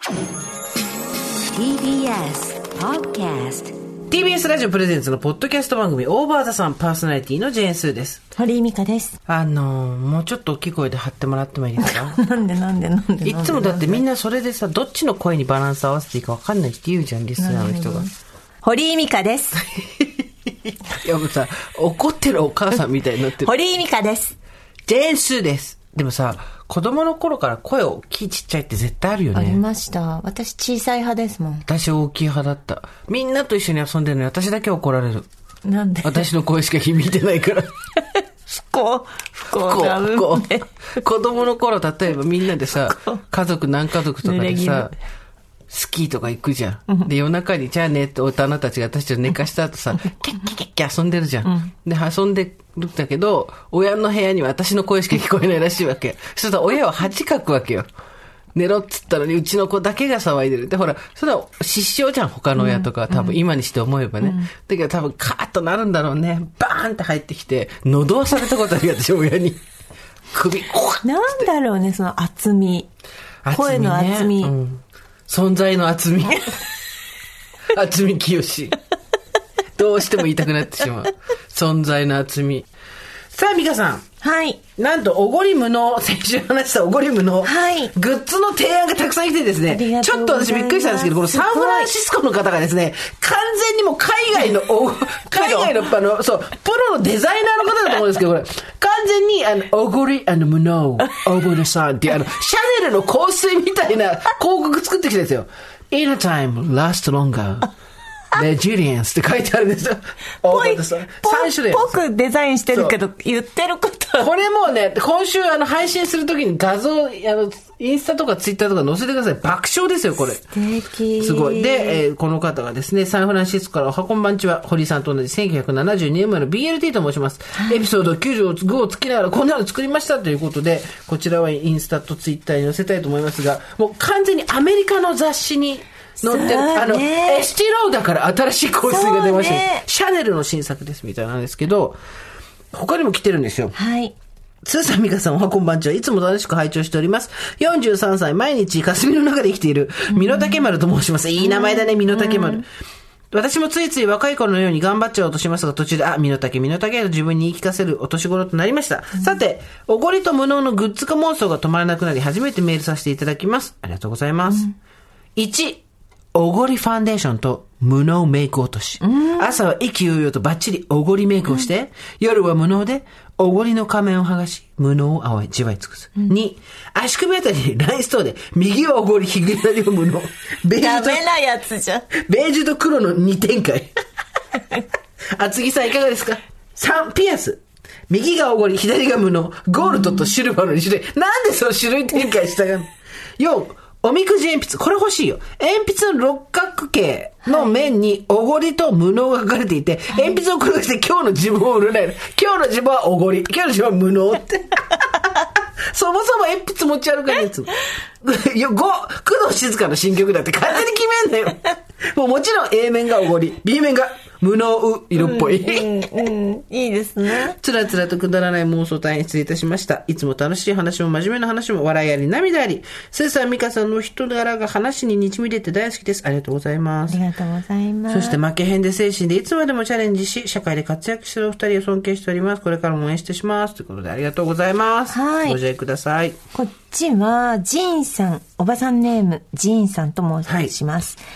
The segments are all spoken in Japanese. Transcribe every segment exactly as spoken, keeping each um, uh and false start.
ティービーエス Podcast。 ティービーエス ラジオプレゼンツのポッドキャスト番組オーバーザさん、パーソナリティのジェーンスーです。 堀井美香です。 あのー、もうちょっと大きい声で張ってもらってもいいですか？ なんでなんでなんでなんでいつもだってみんなそれでさ、どっちの声にバランス合わせていいか分かんないって言うじゃん、リスナーの人が。 堀井美香です。 いやもうさ、怒ってるお母さんみたいになってる。 堀井美香です。 ジェーンスーです。でもさ、子供の頃から声大きいちっちゃいって絶対あるよね。 ありました。私小さい派ですもん。 私大きい派だった。みんなと一緒に遊んでるのに私だけ怒られる。 なんで？ 私の声しか響いてないから。 不幸、不幸な運命。 子供の頃、例えばみんなでさ、家族何家族とかでさ、スキーとか行くじゃん。で、夜中にじゃあねって大人たちが私たちを寝かした後さ、キャッキャッキャッキャ遊んでるじゃん。うん、で、遊んでるんだけど、親の部屋には私の声しか聞こえないらしいわけ。そしたら親は恥かくわけよ。寝ろっつったのにうちの子だけが騒いでる。で、ほら、それは失笑じゃん、他の親とかは多分今にして思えばね。うん、だけど多分カーッとなるんだろうね。バーンって入ってきて、喉はされたことあるよ、私親に。首、こう。なんだろうね、その厚み。厚みね、声の厚み。うん、 存在の厚み。厚み清。どうしても言いたくなってしまう。存在の厚み。さあ、美香さん。 はい。 なんと、おごり無能、先週話したおごり無能。 はい。 グッズの提案がたくさん来てですね。ちょっと私びっくりしたんですけど、このサンフランシスコの方がですね、完全にもう海外のお、海外の、あの、そう、プロのデザイナーの方だと思うんですけど、これ、完全に、あの、おごり無能、おごりさんっていう、あの、シャネルの香水みたいな広告作ってきたんですよ。In a time, last longer. レジリエンスって書いてあるんですよ。 ぽい、さん種類。ぽくデザインしてるけど、言ってることこれもうね、今週あの配信するときに画像、あの、インスタとかツイッターとか載せてください。爆笑ですよ、これ。 素敵。 すごい。で、えー、この方がですね、サンフランシスコからおはこんばんちは、堀井さんと同じせんきゅうひゃくななじゅうにねんまえの ビーエルティー と申します。はい、エピソードきゅうじゅうごをつきながらこんなの作りましたということで、こちらはインスタとツイッターに載せたいと思いますが、もう完全にアメリカの雑誌に、載ってる。あの、エスティローダから新しい香水が出ました、ね。シャネルの新作ですみたいなんですけど、他にも来てるんですよ。 はい。 スーさん美香さんおはこんばんちは。いつも楽しく拝聴しております。よんじゅうさんさい、毎日霞の中で生きている、身の丈丸と申します。いい名前だね、身の丈丸。私もついつい若い頃のように頑張っちゃおうとしますが、途中で、あ、身の丈、身の丈と自分に言い聞かせるお年頃となりました。うん、さて、おごりと無能のグッズ化妄想が止まらなくなり、初めてメールさせていただきます。ありがとうございます。うん、いち、おごりファンデーションと無能メイク落とし。朝は意気揚々とバッチリおごりメイクをして、うん、夜は無能でおごりの仮面を剥がし、無能をあじわい尽くす。うん、に、足首あたりにラインストーンで、右はおごり、左は無能。 ベージュと、ダメなやつじゃん。 ベージュと黒のに展開。厚木さんいかがですか？さん、ピアス。右がおごり、左が無能。ゴールドとシルバーのに種類。なんでその種類展開したがる？よん、おみくじ鉛筆。これ欲しいよ。鉛筆の六角形の面におごりと無能が書かれていて、はい、鉛筆を転がして今日の自分を占える。今日の自分はおごり。今日の自分は無能って。そもそも鉛筆持ち歩かないやつ。よ、ご、工藤静香の新曲だって勝手に決めんなよ。もうもちろん A 面がおごり、B 面が無能色っぽい。 うんうんうん、いいですね。 つらつらとくだらない妄想大変失礼いたしました。いつも楽しい話も真面目な話も笑いあり涙あり。スーさん美香さんの人柄が話ににじみ出て大好きです。ありがとうございます。 ありがとうございます。 そして負けへんで精神でいつまでもチャレンジし、社会で活躍しているお二人を尊敬しております。これからも応援してします。ということでありがとうございます。 はい。 ご自愛ください。 こっちはジーンさん、おばさんネームジーンさんと申します。はい、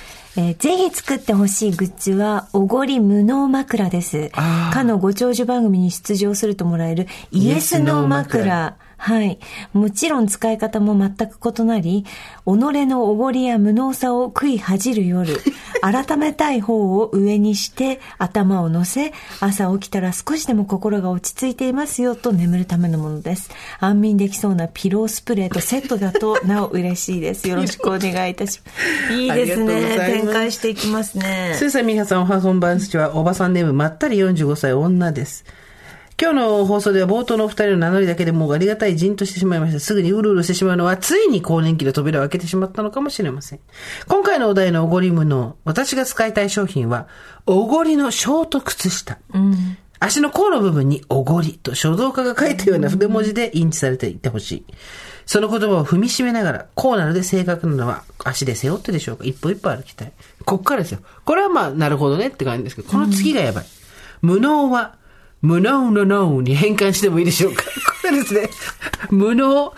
えー、ぜひ作ってほしいグッズはおごり無能枕です。かのご長寿番組に出場するともらえるイエスノー枕。はい。もちろん使い方も全く異なり、己のおごりや無能さを食い恥じる夜、改めたい方を上にして頭を乗せ、朝起きたら少しでも心が落ち着いていますよと眠るためのものです。安眠できそうなピロースプレーとセットだとなお嬉しいです。よろしくお願いいたします。いいですね。展開していきますね。 スーさん美香さんおはこんばんちは。おばさんネームまったりよんじゅうごさい女です。今日の放送では冒頭のお二人の名乗りだけでもうありがたいじんとしてしまいました。すぐにうるうるしてしまうのはついに更年期で扉を開けてしまったのかもしれません。今回のお題のおごり無能、私が使いたい商品はおごりのショート靴下、うん、足の甲の部分におごりと書道家が書いたような筆文字で印字されていてほしい。 その言葉を踏みしめながら、こうなので正確なのは足で背負ってでしょうか。一歩一歩歩きたい。こっからですよ。これはまあ、なるほどねって感じですけど、この次がやばい。うん、無能は、無能の脳に変換してもいいでしょうか。これですね。無能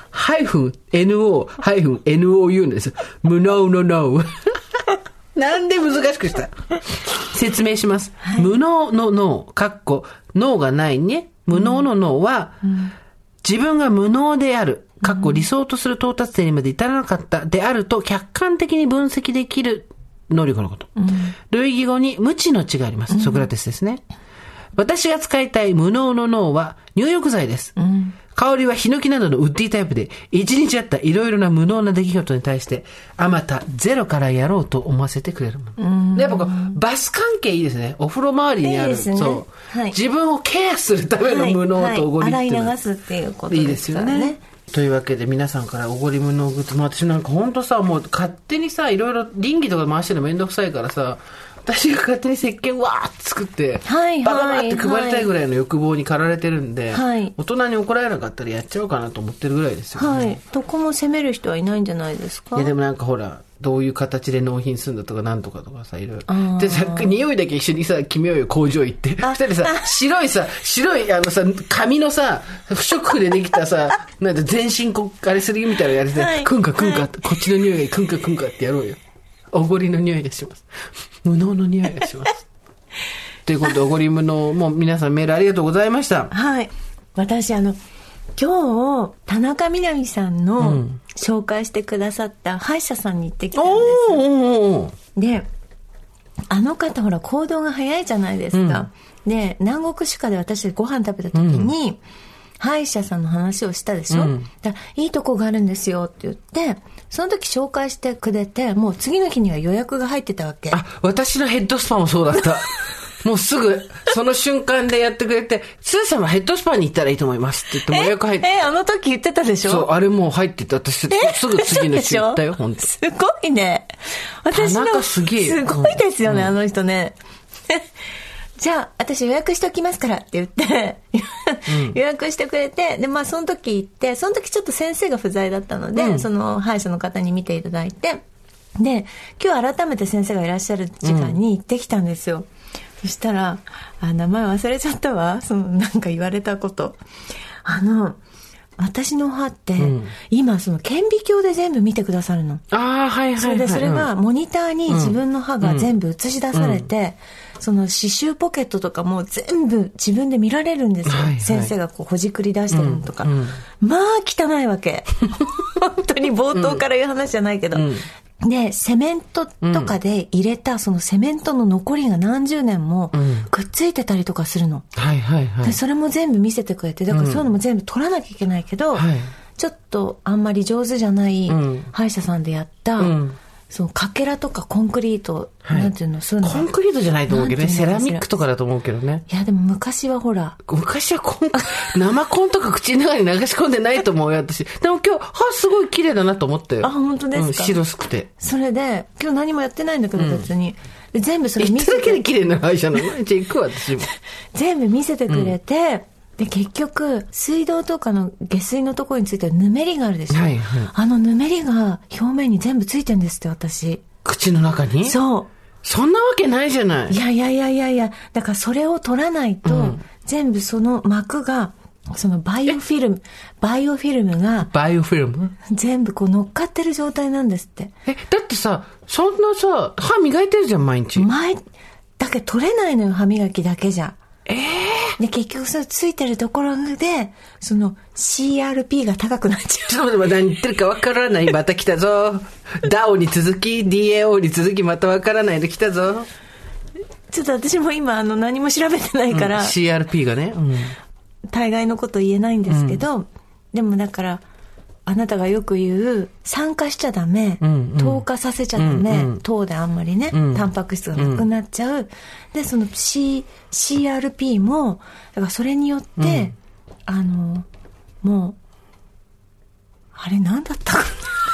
-no-noou です。無能の脳。なんで難しくした説明します。はい、無能の脳、かっこ、脳がないね。無能の脳は、うん、自分が無能である。かっこ理想とする到達点にまで至らなかったであると客観的に分析できる能力のこと。うん、類義語に無知の知があります。ソクラテスですね。うん、私が使いたい無能の脳は入浴剤です。うん、香りはヒノキなどのウッディタイプで、一日あったいろいろな無能な出来事に対して、あまたゼロからやろうと思わせてくれるもの。やっぱこう、バス関係いいですね。お風呂周りにある。いいですね、そう、はい。自分をケアするための無能とおごりっていうのは、はいはい、洗い流すっていうことですからね。いいですよね。というわけで皆さんからおごり無能グッズ、もう私なんかほんとさ、もう勝手にさ、いろいろ倫理とか回してるのめんどくさいからさ、私が勝手に石鹸わーって作って、はいはい、バババって配りたいぐらいの欲望に駆られてるんで、はい、大人に怒られなかったらやっちゃおうかなと思ってるぐらいですよね。はい。 どこも責める人はいないんじゃないですか？ いやでもなんかほら、どういう形で納品するんだとかなんとかとかさ、いろいろ。でさ、匂いだけ一緒にさ、決めようよ、工場行って。二人でさ、白いさ、白いあのさ、紙のさ、不織布でできたさ、なんか全身こあれするみたいなのやりて、はい、くんかくんか、はい、こっちの匂いがいい、くんかくんかってやろうよ。おごりの匂いがします。無能の匂いがします。ということで、おごり無能、もう皆さんメールありがとうございました。 はい。私、あの、今日、田中みな実さんの紹介してくださった歯医者さんに行ってきたんです。おーおーで、あの方、ほら、行動が早いじゃないですか。うん、で、南国歯科で私ご飯食べた時に、うん、歯医者さんの話をしたでしょ、うん、だいいとこがあるんですよって言って、その時紹介してくれて、もう次の日には予約が入ってたわけ。 あ、私のヘッドスパもそうだった。もうすぐ、その瞬間でやってくれて、スーさんはヘッドスパに行ったらいいと思いますって言っても予約入って。 え、え、あの時言ってたでしょ？ そう、あれもう入ってた。私、すぐ次の週行ったよ、本当。 すごいね。私の、 田中すげえ。 すごいですよね、うん、あの人ね。じゃあ、私予約しておきますからって言って、うん、予約してくれて、で、まあ、その時行って、その時ちょっと先生が不在だったので、うん、その歯医者の方に見ていただいて、で、今日改めて先生がいらっしゃる時間に行ってきたんですよ。うん、そしたら、あ、名前忘れちゃったわ。その、なんか言われたこと。あの、私の歯って、うん、今、その顕微鏡で全部見てくださるの。 ああ、はいはいはい。 それで、それがモニターに自分の歯が全部映し出されて、うんうん、その刺繍ポケットとかも全部自分で見られるんですよ。はいはい、先生がこうほじくり出してるのとか。うんうん、まあ、汚いわけ。本当に冒頭から言う話じゃないけど。うんうん、で、セメントとかで入れた、そのセメントの残りが何十年もくっついてたりとかするの。うん、はいはいはい。で、それも全部見せてくれて、だからそういうのも全部取らなきゃいけないけど、うん、ちょっとあんまり上手じゃない歯医者さんでやった、うん、そのかけらとかコンクリート、はい、なんていうの、そういうの。 コンクリートじゃないと思うけどね、セラミックとかだと思うけどね。 いや、でも昔はほら。 昔はコン、生コンとか口の中に流し込んでないと思うよ、私。でも今日、歯すごい綺麗だなと思ったよ。 あ、本当ですか？うん、 白すくて。 それで、今日何もやってないんだけど、別に。うん、全部それ見せて。言っただけで綺麗な歯医者なの。じゃあ行くわ、私も。 全部見せてくれて、うん、で、結局、水道とかの下水のところについてはぬめりがあるでしょ。はいはい。あのぬめりが表面に全部ついてるんですって、私。 口の中に？ そう。 そんなわけないじゃない。 いやいやいやいやいや、だからそれを取らないと、うん、全部その膜が、そのバイオフィルム、バイオフィルムが、 バイオフィルム全部こう乗っかってる状態なんですって。 え、だってさ、そんなさ、歯磨いてるじゃん、毎日。 毎、だけど取れないのよ、歯磨きだけじゃ。ええー、で、結局それついてるところで、その シーアールピー が高くなっちゃう。 ちょっと待って、何言ってるかわからない。また来たぞ。ダオ に続き、ディーエーオー に続き、またわからないで来たぞ。 ちょっと私も今、あの、何も調べてないから。うん、 シーアールピー がね。うん、 大概のこと言えないんですけど、うん、でもだから、あなたがよく言う、酸化しちゃダメ、うんうん、糖化させちゃダメ、うんうん、糖であんまりね、うん、タンパク質がなくなっちゃう。で、その C、シーアールピー も、だからそれによって、うん、あの、もう、あれ何だったかな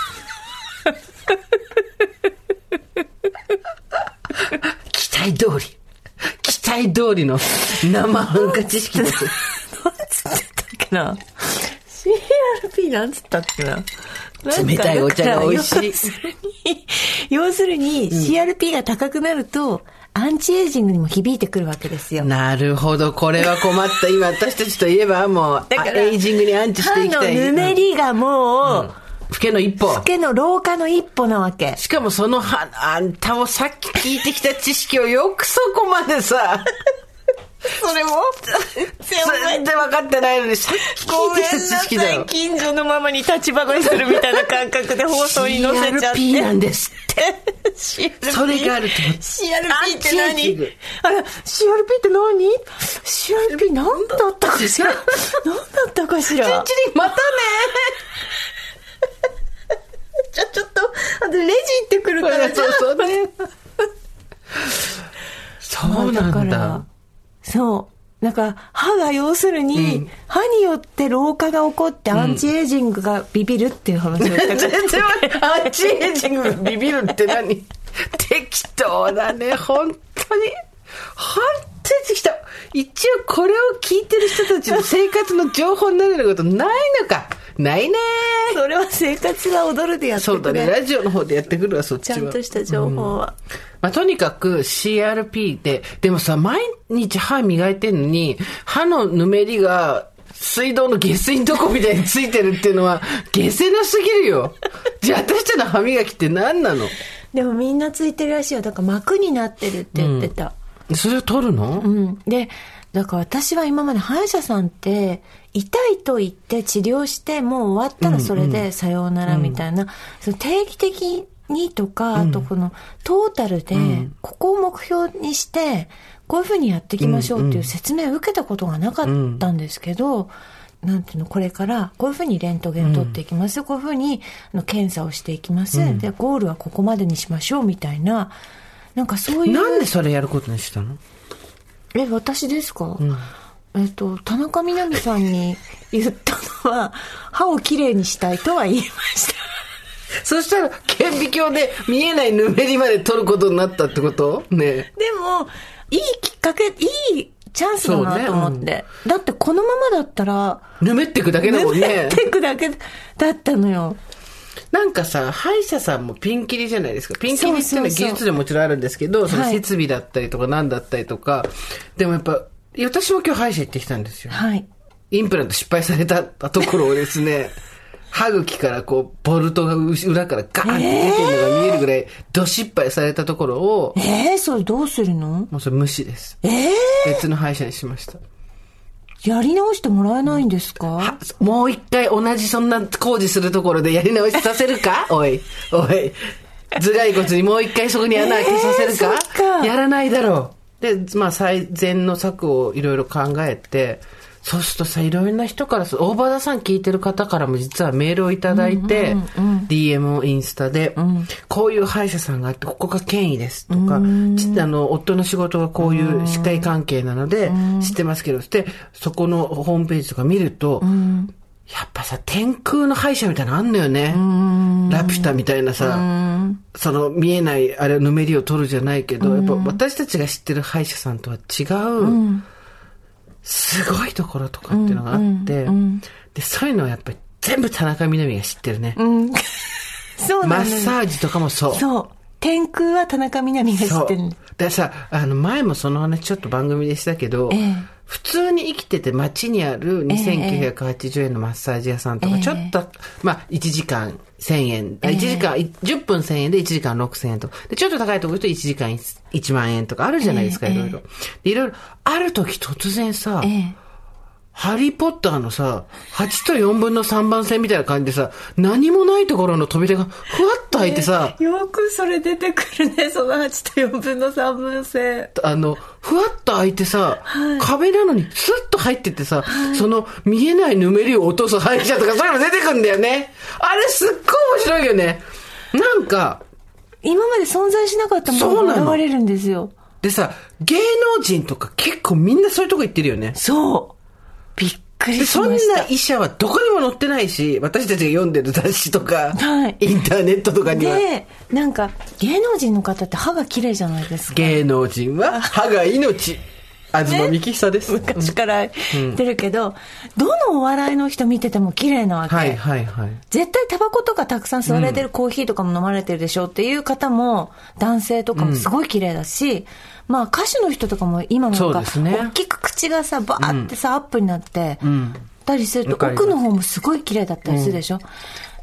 期待通り。期待通りの生半可知識です。 何つってたっけな。シーアーアールピー なんつったっけな。 冷たいお茶が美味しい。 要するに、要するに シーアールピー が高くなると、アンチエイジングにも響いてくるわけですよ。 なるほど。これは困った。今私たちといえばもう、エイジングにアンチしていきたい。 歯のぬめりがもう、うん、 老けの一歩。 老けの老化の一歩なわけ。 しかもそのは、あんたもさっき聞いてきた知識をよくそこまでさ、 それもそれで分かってないのにさっき聞いてきた知識だよ。 近所のママに立ち話するみたいな感覚で放送に載せちゃって。 シーアールピー なんですって。 シーアールピーそれがあると思って。 シーアールピー って何？あら、シーアールピー って何？ シーアールピー 何だったかしら何だったかしらちんちり、またねじゃあちょっと、あとレジ行ってくるから。 そうそうね。そうなんだ。 そう。なんか歯が要するに、うん、歯によって老化が起こってアンチエイジングがビビるっていう話をした、うん、 全然アンチエイジングがビビるって何適当だね本当に本当に適当。一応これを聞いてる人たちの生活の情報になれることないのか。ないね。 それは生活が踊るでやってくる。 そうだね。ラジオの方でやってくるわ、そっちは。 ちゃんとした情報は。 うん、まあ、とにかく シーアールピー で、でもさ、毎日歯磨いてんのに、歯のぬめりが水道の下水のとこみたいについてるっていうのは、下世なすぎるよ。じゃあ私たちの歯磨きって何なの？ でもみんなついてるらしいよ。だから膜になってるって言ってた。 うん、それを取るの？ うん。で、だから私は今まで歯医者さんって痛いと言って治療してもう終わったらそれでさようならみたいな、うんうん、その定期的にとか、うん、あとこのトータルでここを目標にしてこういうふうにやっていきましょうっていう説明を受けたことがなかったんですけど、うん、なんていうの、これからこういうふうにレントゲンを取っていきます、うん、こういうふうに検査をしていきます、うん、でゴールはここまでにしましょうみたいな、なんかそういう。 なんでそれやることにしたの？ え、私ですか？ うん、 えっと、田中みな実さんに言ったのは、歯をきれいにしたいとは言いました。 そしたら、顕微鏡で見えないぬめりまで取ることになったってことね。 でも、いいきっかけ、いいチャンスだなと思って。ね、うん、だってこのままだったら、 ぬめってくだけだもんね。 ぬめってくだけだったのよ。 なんかさ、歯医者さんもピンキリじゃないですか。ピンキリっていうのは技術でもちろんあるんですけど、そうそうそう、その設備だったりとか何だったりとか、はい、でもやっぱ、私も今日歯医者行ってきたんですよ。 はい。 インプラント失敗されたところをですね、歯茎からこう、ボルトが裏からガーンって出てるのが見えるぐらい、ド失敗されたところを、 えー、それどうするの？ もうそれ無視です。 えー、 別の歯医者にしました。 やり直してもらえないんですか？ もう一回同じそんな工事するところでやり直しさせるかおい、おい。頭蓋骨にもう一回そこに穴開けさせるか、えー、かやらないだろう。で、まあ最善の策をいろいろ考えて、そうするとさ、いろいろな人から、大場田さん聞いてる方からも実はメールをいただいて、うんうんうん、ディーエム をインスタで、うん、こういう歯医者さんがあって、ここが権威ですとか、うん、あの、夫の仕事がこういう歯科医関係なので、うん、知ってますけど、で、そこのホームページとか見ると、うん、やっぱさ、天空の歯医者みたいなのあんのよね。うん、ラピュタみたいなさ、うん、その見えない、あれ、ぬめりを取るじゃないけど、うん、やっぱ私たちが知ってる歯医者さんとは違う、うんすごいところとかっていうのがあって、うんうん、でそういうのはやっぱり全部田中みな実が知ってるね、うん、そうなの。マッサージとかもそうそう天空は田中みな実が知ってる。 でさ、あの前もその話ちょっと番組でしたけど、ええ、普通に生きてて街にあるにせんきゅうひゃくはちじゅうえんのマッサージ屋さんとか、ちょっと、ええ、まあいちじかんせんえん、ええ、いちじかんじゅっぷんせんえんでいちじかんろくせんえんとかで、ちょっと高いところといちじかんいちまんえんとかあるじゃないですか、ええ、いろいろでいろいろある時突然さ、ええ、ハリーポッターのさ、はちとよんぶんのさんばん線みたいな感じでさ、何もないところの扉がふわっと開いてさ、 えー、よくそれ出てくるね、そのはちとよんぶんのさんぶん線。 あの、ふわっと開いてさ、はい、壁なのにスッと入ってってさ、はい、その見えないぬめりを落とす歯医者とかそういうの出てくるんだよね。あれすっごい面白いよね。なんか、 今まで存在しなかったものが現れるんですよ。 でさ、芸能人とか結構みんなそういうとこ行ってるよね。 そう。びっくりしました。 そんな医者はどこにも載ってないし、私たちが読んでる雑誌とか、はい、インターネットとかには。 で、なんか芸能人の方って歯が綺麗じゃないですか。 芸能人は歯が命。 東幹久です、 ね、昔から言ってるけど、うん、どのお笑いの人見てても綺麗なわけ、 はいはいはい、 絶対タバコとかたくさん吸われてる、うん、コーヒーとかも飲まれてるでしょっていう方も男性とかもすごい綺麗だし、うん、まあ歌手の人とかも今なんか大きく口がさバーってさ、うん、アップになってたりすると、奥の方もすごい綺麗だったりするでしょ、うん、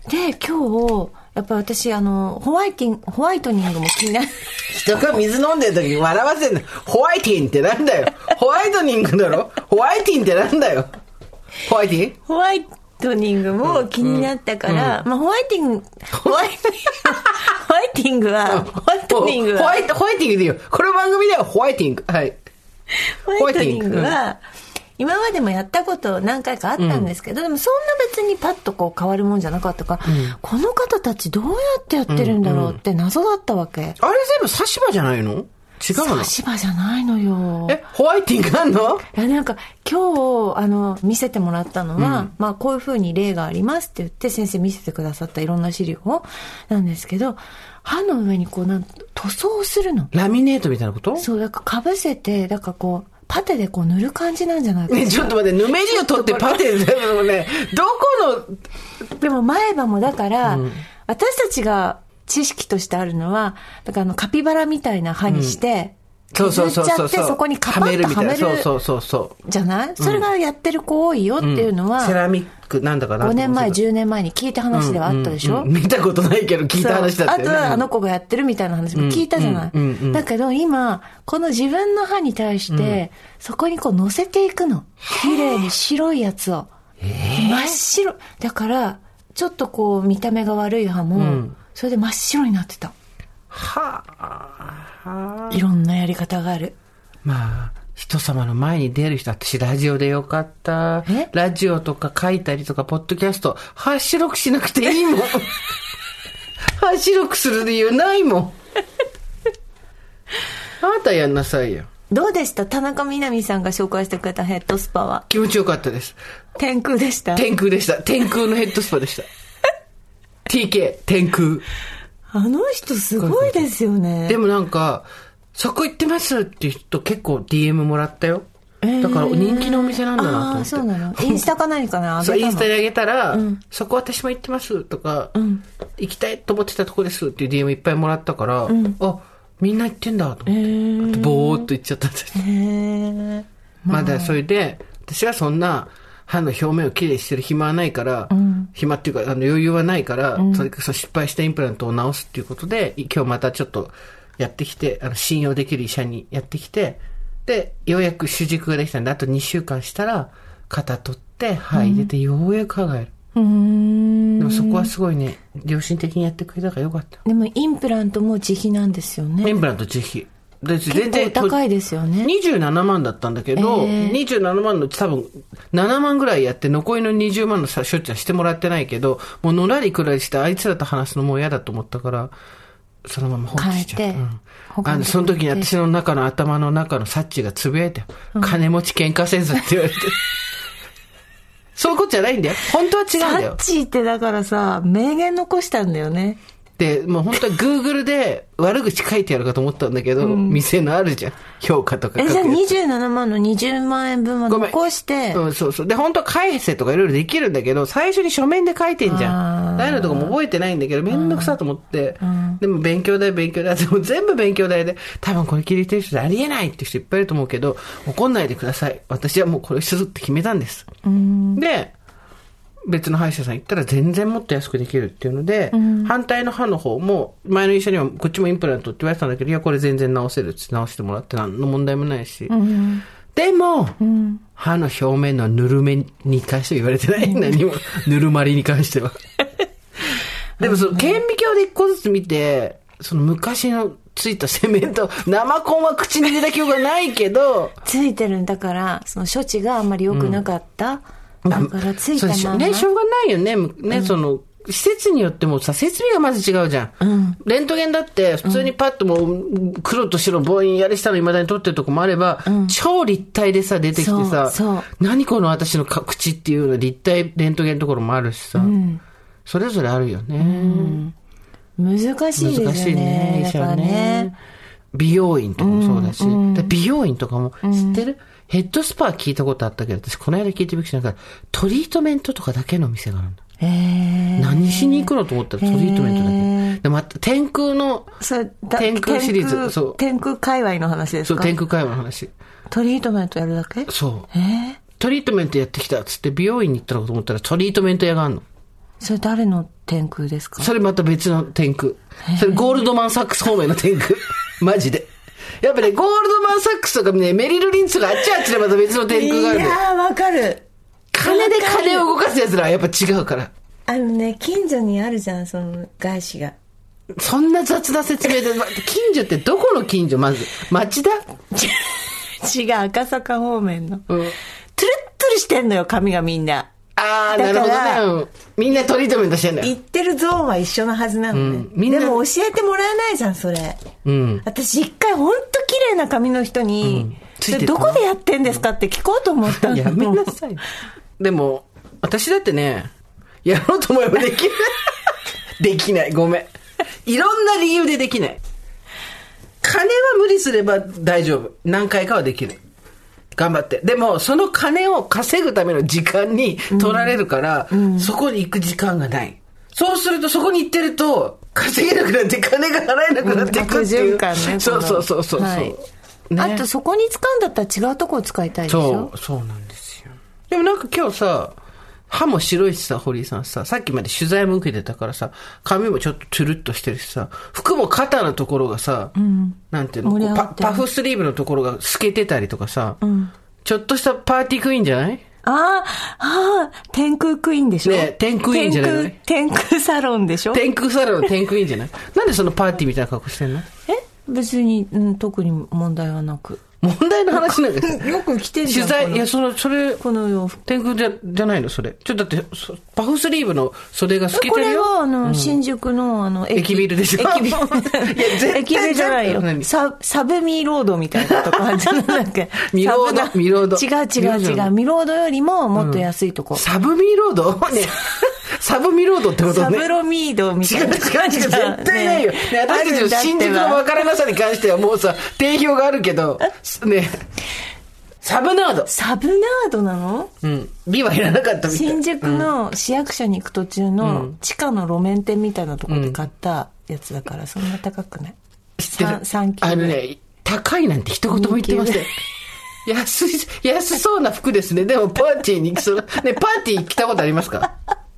で今日やっぱ私あのホワイティンホワイトニングも気になる人が水飲んでる時に笑わせるの。ホワイティンってなんだよ。ホワイトニングだろ。ホワイティンってなんだよ。ホワイティンホワイトニングも気になったから、うんうん、まあホワイティングホワイトホワイティングはホワイトニングはホワイトホワイティングでいいよ。この番組ではホワイティング、はい、 ホワイトニングは今までもやったこと何回かあったんですけど、うん、でもそんな別にパッとこう変わるもんじゃなかったから、うん、この方たちどうやってやってるんだろうって謎だったわけ、うんうん、 あれ全部差し歯じゃないの？違うの？ 差し歯じゃないのよ。 え、ホワイティングあんの？ いやなんか今日あの見せてもらったのは、うん、まあこういう風に例がありますって言って先生見せてくださったいろんな資料なんですけど、歯の上にこうなん塗装するの。 ラミネートみたいなこと？ そう、だから被せて、だからこうパテでこう塗る感じなんじゃないかな。 ね、ちょっと待って、ぬめりを取ってパテで塗るのね、どこの。でも前歯もだから、うん、私たちが知識としてあるのは、だからあのカピバラみたいな歯にして、 うん、 削っちゃってそこにカパッとはめる。 そうそうそうそう。 じゃない、うん、それがやってる子多いよっていうのは、 うん、セラミックなんだかな。 ごねんまえ、じゅうねんまえに聞いた話ではあったでしょ、うんうんうん、 見たことないけど聞いた話だったよね。 あとはあの子がやってるみたいな話も聞いたじゃない、うんうんうんうん、だけど今この自分の歯に対して、うん、そこにこう乗せていくの。綺麗に白いやつを、えー、真っ白だからちょっとこう見た目が悪い歯も、うん、それで真っ白になってた。 はあ、 いろんなやり方がある。 まあ人様の前に出る人、私ラジオでよかった。ラジオとか書いたりとかポッドキャスト、歯白くしなくていいもん。歯白くする理由ないもん。あなたやんなさいよ。 どうでした？田中みな実さんが紹介してくれたヘッドスパは。 気持ちよかったです。 天空でした。 天空でした。天空のヘッドスパでした。ティーケー 天空。 あの人すごいですよね。 でもなんかそこ行ってますっていう人結構 ディーエム もらったよ、えー、だから人気のお店なんだなと思って。あ、 そうなの。インスタか何かな。 そう、インスタにあげたら、うん、そこ私も行ってますとか、うん、行きたいと思ってたとこですっていう ディーエム いっぱいもらったから、うん、あ、みんな行ってんだと思って、えー、あとボーっと行っちゃったんです、えー、まあ、まだそれで私はそんな歯の表面をきれいにしてる暇はないから、うん、暇っていうかあの余裕はないから、うん、それそ失敗したインプラントを直すっていうことで今日またちょっとやってきて、あの信用できる医者にやってきて、でようやく主軸ができたんで、あとにしゅうかんしたら肩取って歯入れて、ようやく歯が入る。うーん、でもそこはすごいね、良心的にやってくれたからよかった。 でもインプラントも自費なんですよね。 インプラント自費で結構高いですよね。 にじゅうななまんだったんだけど、えー、にじゅうななまんのうち多分ななまんぐらいやって残りのにじゅうまんの処置はしてもらってないけど、もうのらりくらりしてあいつらと話すのもう嫌だと思ったからそのまま放置しちゃう。うん、あのその時に私の中の頭の中のサッチがつぶやいて、うん、金持ち喧嘩せずって言われてそういうことじゃないんだよ、本当は違うんだよ。 サッチってだからさ名言残したんだよね。 でもう本当は Google で悪口書いてやるかと思ったんだけど、うん、店のあるじゃん評価とか書くやつ。 え、じゃあにじゅうななまんのにじゅうまんえんぶんは残して、 うん、そうそう。で本当は返せとかいろいろできるんだけど、最初に書面で書いてんじゃん。ああいうのとかも覚えてないんだけどめんどくさと思って、うん、でも勉強代勉強代でも全部勉強代で、多分これ切りてる人でありえないって人いっぱいいると思うけど、怒んないでください、私はもうこれするって決めたんです。うん、で別の歯医者さん行ったら全然もっと安くできるっていうので、うん、反対の歯の方も前の医者にはこっちもインプラントって言われてたんだけど、いやこれ全然直せるって直してもらって何の問題もないし、うん、でも、うん、歯の表面のぬるめに関しては言われてない、うん、何もぬるまりに関してはでもその顕微鏡で一個ずつ見て、その昔のついたセメント生コンは口に入れた記憶がないけどついてるんだから、その処置があんまり良くなかった、うんだからついたまま、 ね、しょうがないよね。ね、うん、その施設によってもさ、設備がまず違うじゃん。うん、レントゲンだって普通にパッともう黒と白ぼんやりしたの未だに撮ってるとこもあれば、うん、超立体でさ出てきてさ、そうそう、何この私の口っていうの立体レントゲンのところもあるしさ、うん、それぞれあるよね。 うん、難しいですよね。 難しいね、医者はね。 美容院とかもそうだし、うん、美容院とかも知ってる、うん、ヘッドスパー聞いたことあったけど、私この間聞いてびっくりしたから、トリートメントとかだけの店があるんだ。へー。何しに行くのと思ったらトリートメントだけ。で、また、天空の、天空シリーズ。そう。 天空界隈の話ですか？ そう、天空界隈の話。 トリートメントやるだけ？ そう。へー。トリートメントやってきたっつって美容院に行ったのかと思ったらトリートメント屋があるの。 それ誰の天空ですか？ それまた別の天空。それゴールドマンサックス方面の天空。マジで。やっぱね、ゴールドマンサックスとかね、メリルリンツとかあっちあっちでまた別の天空がある。 いやー、わかる。 金で金を動かすやつらはやっぱ違うから。 あのね、近所にあるじゃん、その外資が。 そんな雑な説明で、近所ってどこの近所まず？町田？ 違う、赤坂方面の。うん、トゥルットゥルしてんのよ、髪がみんな。 ああ、なるほどね。みんなトリートメントしてんだよ。 行ってるゾーンは一緒のはずなのね。うん、みんなでも教えてもらえないじゃん、それ。うん、私一回ほんと綺麗な髪の人に、うん、それどこでやってんですかって聞こうと思ったの。 やめなさい。でも、私だってね、やろうと思えばできない。できない。ごめん。いろんな理由でできない。金は無理すれば大丈夫。何回かはできる。頑張って。でも、その金を稼ぐための時間に取られるから、うんうん、そこに行く時間がない。そうすると、そこに行ってると、稼げなくなって、金が払えなくなっていくっていう。 うん、循環ね。 そうそうそうそう。はい、 ね、あと、そこに使うんだったら違うところ使いたいでしょ？ そう、そうなんですよ。でもなんか今日さ、歯も白いしさ、堀井さんさ、さっきまで取材も受けてたからさ、髪もちょっとトゥルッとしてるしさ、服も肩のところがさ、うん、なんていうの、パ、パフスリーブのところが透けてたりとかさ、うん、ちょっとしたパーティークイーンじゃない？ ああ、ああ、天空クイーンでしょ？ ねえ、天空イーンじゃない？ 天空、天空サロンでしょ？ 天空サロンの天空イーンじゃない？なんでそのパーティーみたいな格好してんの？ え？別に、うん、特に問題はなく。 問題の話なんですよく来てるじゃん。 取材、いや、その、それ、 この洋服。 天空じゃ、じゃないのそれ。ちょっとだって、パフスリーブの袖が透けてるよ。 これは、あの、うん、新宿の、あの、 駅、駅ビルでしょ？駅ビル。いや、 絶対駅ビルじゃないよ。サ、サブミーロードみたいなとこあるじゃん。なんか。 ミロード、ミロード。 違う違う違う。ミロードよりももっと安いとこ。うん、 サブミーロードね。サブミロードってことね。 サブロミードみたいな。 違う違う違う。絶対ないよ。ね、私たちの新宿の分からなさに関してはもうさ、定評があるけど、ね。サブナード。 サブナードなの？ うん。美はいらなかったみたい。 新宿の市役所に行く途中の地下の路面店みたいなところで買ったやつだからそんな高くない。 知ってる？さんキロ。あのね、高いなんて一言も言ってません。安い、安そうな服ですね。でもパーティーに行きそうな。ね、パーティー来たことありますか？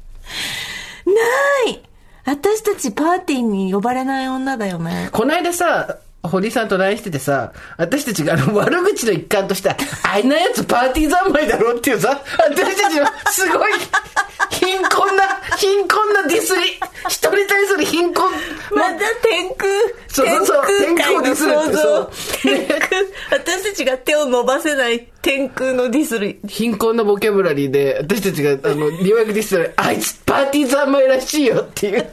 ない私たちパーティーに呼ばれない女だよね。 この間さ、堀さんと ライン しててさ、私たちがあの悪口の一環としてあんなやつパーティー三昧だろっていうさ、私たちのすごい貧困な貧困なディスり、人に対する貧困、 また天空、 そうそうそう、天空をディスるってそう、 天空、私たちが手を伸ばせない天空のディスり、 貧困なボキャブラリーで私たちがあのようやくディスる、あいつパーティー三昧らしいよっていう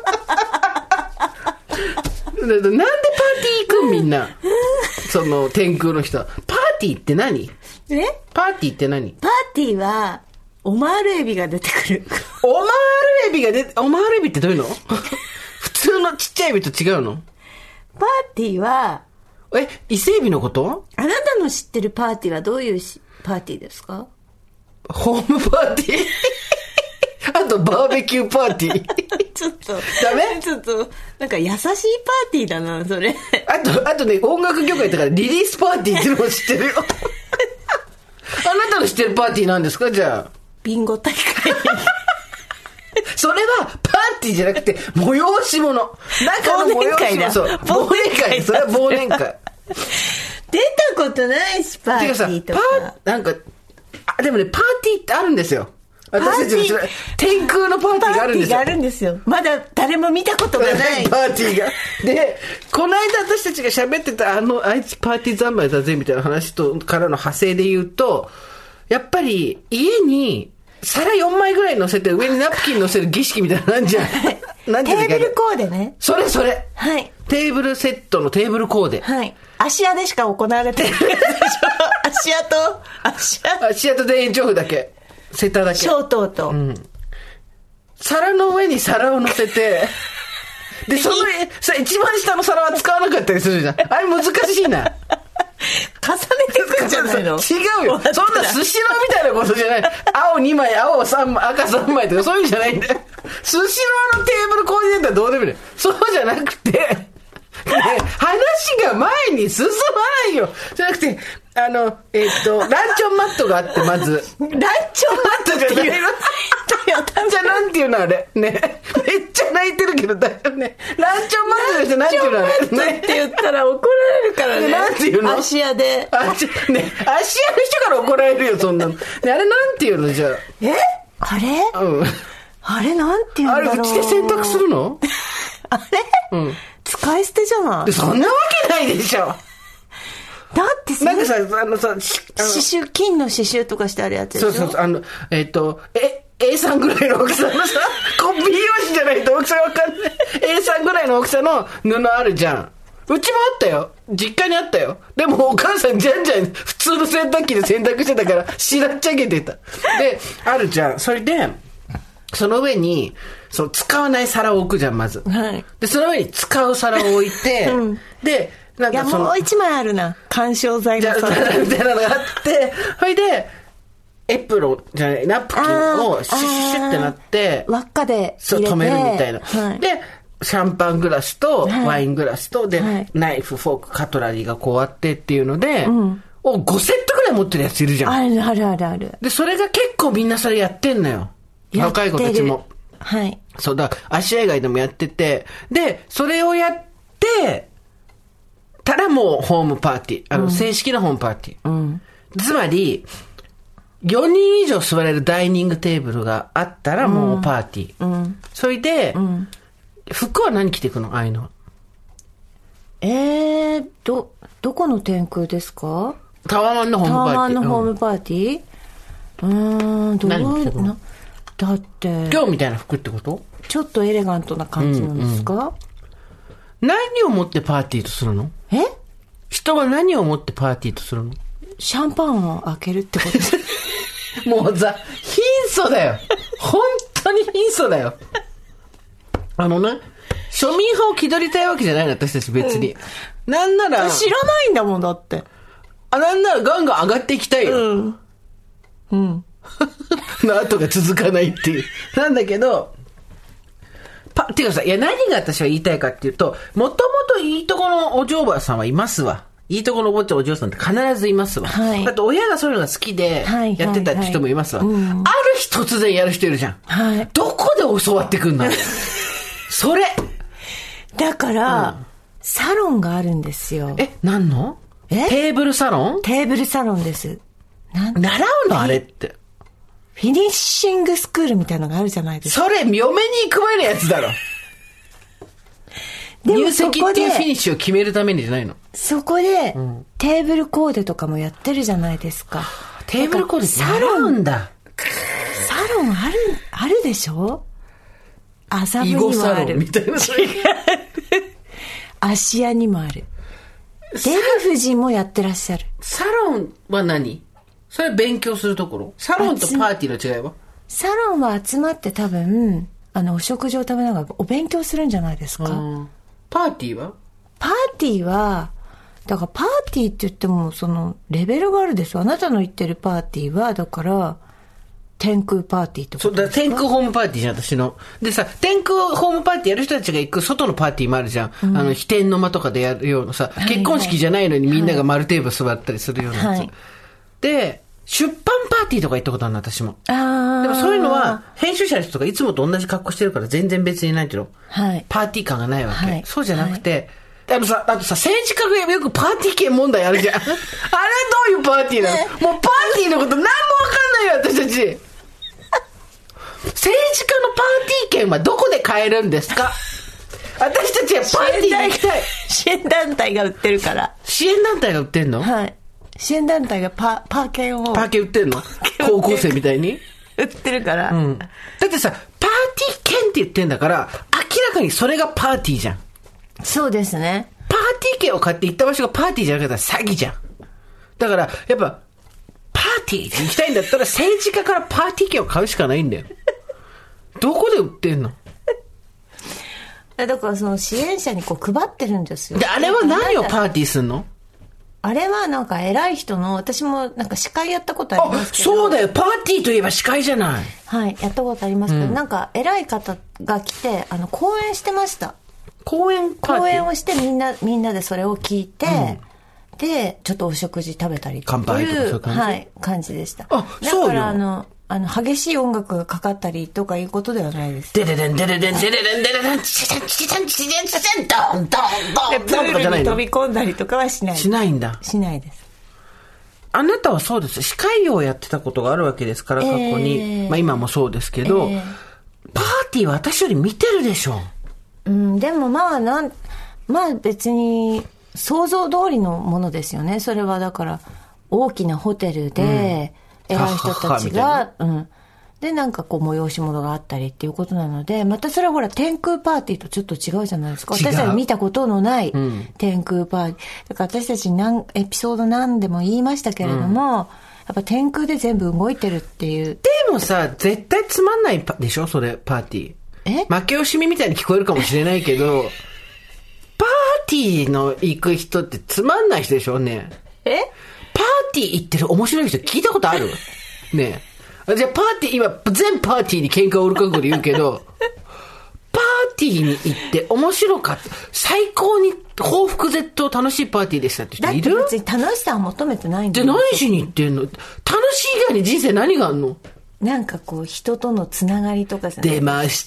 なんでパーティー行くんみんなその天空の人は。パーティーって何？ え？ パーティーって何？ パーティーはオマールエビが出てくる。 オマールエビが出て、オマールエビってどういうの？普通のちっちゃいエビと違うの？ パーティーはえ、伊勢エビのこと？ あなたの知ってるパーティーはどういうパーティーですか？ ホームパーティーあとバーベキューパーティーちょっとダメ？ ちょっとなんか優しいパーティーだなそれ。 あとあとね、音楽業界だからリリースパーティーっていうのも知ってるよあなたの知ってるパーティーなんですか？じゃあビンゴ大会それはパーティーじゃなくて催し物、 中の催し物。 そう、忘年会。それは忘年会出たことないしパーティーとか。 てかさ、パーなんかあでもね、パーティーってあるんですよ。私たちの天空のパーティーがあるんですよ。パーティーがあるんですよ。まだ誰も見たことがないパーティーが。で、この間私たちが喋ってたあのあいつパーティー三昧だぜみたいな話とからの派生で言うと、やっぱり家に皿よんまいぐらい乗せて上にナプキン乗せる儀式みたいなのなんじゃん。なんテーブルコーデね。 それそれ。 はい。 テーブルセットのテーブルコーデ。 はい。芦屋でしか行われてないでしょ。芦屋と芦屋。 芦屋と田園調布だけ。セタだけ。 小灯と、うん。 皿の上に皿を乗せてで、その、さ、一番下の皿は使わなかったりするじゃん。あれ難しいな。 重ねてくんじゃないの？ 違うよ。そんなスシローみたいなことじゃない。青にまい、青さんまい、赤さんまいとかそういうんじゃないんだよ。スシローのテーブルコーディネーターはどうでもいい。そうじゃなくて、ね、話が前に進まないよ。じゃなくて、あの、えっと、ランチョンマットがあって、まず。 ランチョンマットじゃないの？ じゃあなんていうのあれ。ね。めっちゃ泣いてるけど大丈夫ね。ランチョンマットの人なんていうのあれ。 ランチョンマットって言ったら怒られるからね。 なんていうの？ 芦屋で。 足、ね、芦屋の人から怒られるよ、そんなの。ね、あれなんていうのじゃあ。 えあれうん。 あれなんていうんだろう。 あれ、うちで洗濯するの？ あれ、うん、使い捨てじゃない？ そんなわけないでしょ。 だってさ、 なんかさ、あのさ、刺繍、金の刺繍とかしてあるやつでしょ？ そうそうそう、あの、えっと、え、エーさん ぐらいの大きさのさ、コピー用紙じゃないと大きさがわかんない。エーさん ぐらいの大きさの布あるじゃん。うちもあったよ。実家にあったよ。でもお母さんじゃんじゃん普通の洗濯機で洗濯してたからしらっちゃげてた。で、あるじゃん。それで、その上に、そう、使わない皿を置くじゃん、まず。 はい。 で、その上に使う皿を置いて、うん、で、なんかその、 いや、もう一枚あるな。緩衝材の皿。 みたいなのがあって、それで、エプロンじゃない、ナプキンをシュッシュッってなって、 輪っかでそう、止めるみたいな。 はい、 で、シャンパングラスとワイングラスと、で、 はい、 ナイフ、フォーク、カトラリーがこうあってっていうので、うん、をごセットぐらい持ってるやついるじゃん。 あるあるあるある。 で、それが結構みんなそれやってんのよ。若い子たちも。 はい。 そうだ、芦屋以外でもやってて、で、それをやって、たらもうホームパーティー。あの、うん、正式なホームパーティー。うん、つまり、よにん以上座れるダイニングテーブルがあったらもうパーティー。うん、それで、うん、服は何着ていくの？ああいうのは。 えー、ど、どこの天空ですか？ タワマンのホームパーティー。 タワマンのホームパーティー、うん、うーん、どうな、だって。 今日みたいな服ってこと？ ちょっとエレガントな感じなんですか？うんうん、 何をもってパーティーとするの？ え？ 人は何をもってパーティーとするの？ シャンパンを開けるってこともうさ、貧相だよ。本当に貧相だよ。あのね、庶民派を気取りたいわけじゃないの、私たち別に。うん、なんなら。 知らないんだもん、だって。 あ、なんならガンガン上がっていきたいよ。 うん。うん。 の後が続かないっていう。なんだけど、パ、てかさ、いや何が私は言いたいかっていうと、もともといいとこのお嬢さんはいますわ。いいとこのお坊ちゃんお嬢さんって必ずいますわ。はい、だって親がそういうのが好きでやってた人もいますわ。はいはいはい、ある日突然やる人いるじゃん。はい、どこで教わってくんのそれ。 だから、うん、サロンがあるんですよ。 え、何の？え？テーブルサロン？ テーブルサロンです。 なん習うのあれって。 フィニッシングスクールみたいなのがあるじゃないですか。 それ、嫁に行く前のやつだろ。入籍っていうフィニッシュを決めるためにじゃないの？ そこで、うん、テーブルコーデとかもやってるじゃないですか。 テーブルコーデってサロンだ。 サロンある、あるでしょ？麻布にもある。囲碁サロンみたいな。芦屋にもある。デヴィ夫人もやってらっしゃる。 サロンは何？それは勉強するところ？サロンとパーティーの違いは？ サロンは集まって多分、あの、お食事を食べながらお勉強するんじゃないですか。 パーティーは？ パーティーは、だからパーティーって言っても、その、レベルがあるでしょ。あなたの言ってるパーティーは、だから、天空パーティーってことですか？ そうだ、天空ホームパーティーじゃん、私の。でさ、天空ホームパーティーやる人たちが行く外のパーティーもあるじゃん。うん、あの、飛天の間とかでやるようなさ、はいはい、結婚式じゃないのにみんなが丸テーブル座ったりするようなやつ。はい、で、出版パーティーとか行ったことあるの、私も。あでもそういうのは、編集者の人とかいつもと同じ格好してるから全然別にないけど、はい、パーティー感がないわけ。はい、そうじゃなくて、はい、あのさ、あとさ、政治家がよくパーティー券問題あるじゃん。あれどういうパーティーなの？もうパーティーのこと何もわかんないよ、私たち。政治家のパーティー券はどこで買えるんですか？私たちはパーティーに行きたい。 支援団体が売ってるから。 支援団体が売ってんの？ はい。支援団体がパ、パー券を。 パー券売ってんの？高校生みたいに売ってるから、 うん。だってさ、パーティー券って言ってんだから、明らかにそれがパーティーじゃん。 そうですね。 パーティー券を買って行った場所がパーティーじゃなかったら詐欺じゃん。だから、やっぱ、パーティーに行きたいんだったら政治家からパーティー券を買うしかないんだよ。どこで売ってんの？ だからその支援者にこう配ってるんですよ。 で、あれは何をパーティーすんの？ あれはなんか偉い人の、私もなんか司会やったことありますけど。 そうだよ、パーティーといえば司会じゃない。 はい、やったことありますけど、うん、なんか偉い方が来て、あの、講演してました。 講演パーティー？ 講演をしてみんな、みんなでそれを聞いて、うん、で、ちょっとお食事食べたりっていう、 乾杯とかそういう感じ？ はい、感じでした。 あ、そうよ。 だからあの、あの、激しい音楽がかかったりとかいうことではないです。 デレデンデレデンデレデンデレデンチチャンチチャンチチャンチチャンドンドンドンドンとかじゃないの？ 飛び込んだりとかはしない。 しないんだ。 しないです。 あなたはそうです。司会をやってたことがあるわけですから、過去に。えー、まあ今もそうですけど、えー、パーティーは私より見てるでしょ。 うん、でもまあなん、まあ別に想像通りのものですよね。それはだから大きなホテルで、うん偉い人たちが、うん。で、なんかこう催し物があったりっていうことなので、またそれはほら天空パーティーとちょっと違うじゃないですか。私たち見たことのない天空パーティー。だから私たち何、エピソード何でも言いましたけれども、うん、やっぱ天空で全部動いてるっていう。 でもさ、絶対つまんないでしょそれ、パーティー。 え負け惜しみみたいに聞こえるかもしれないけど、パーティーの行く人ってつまんない人でしょね。 えパーティー行ってる面白い人聞いたことある？ねえ。じゃあパーティー、今、全パーティーに喧嘩を売る覚悟で言うけど、パーティーに行って面白かった。最高に報復絶倒楽しいパーティーでしたって人いる？ だって別に楽しさを求めてないんだよ。じゃあ何しに行ってんの？楽しい以外に人生何があんの？ なんかこう人とのつながりとかさ。 出ました。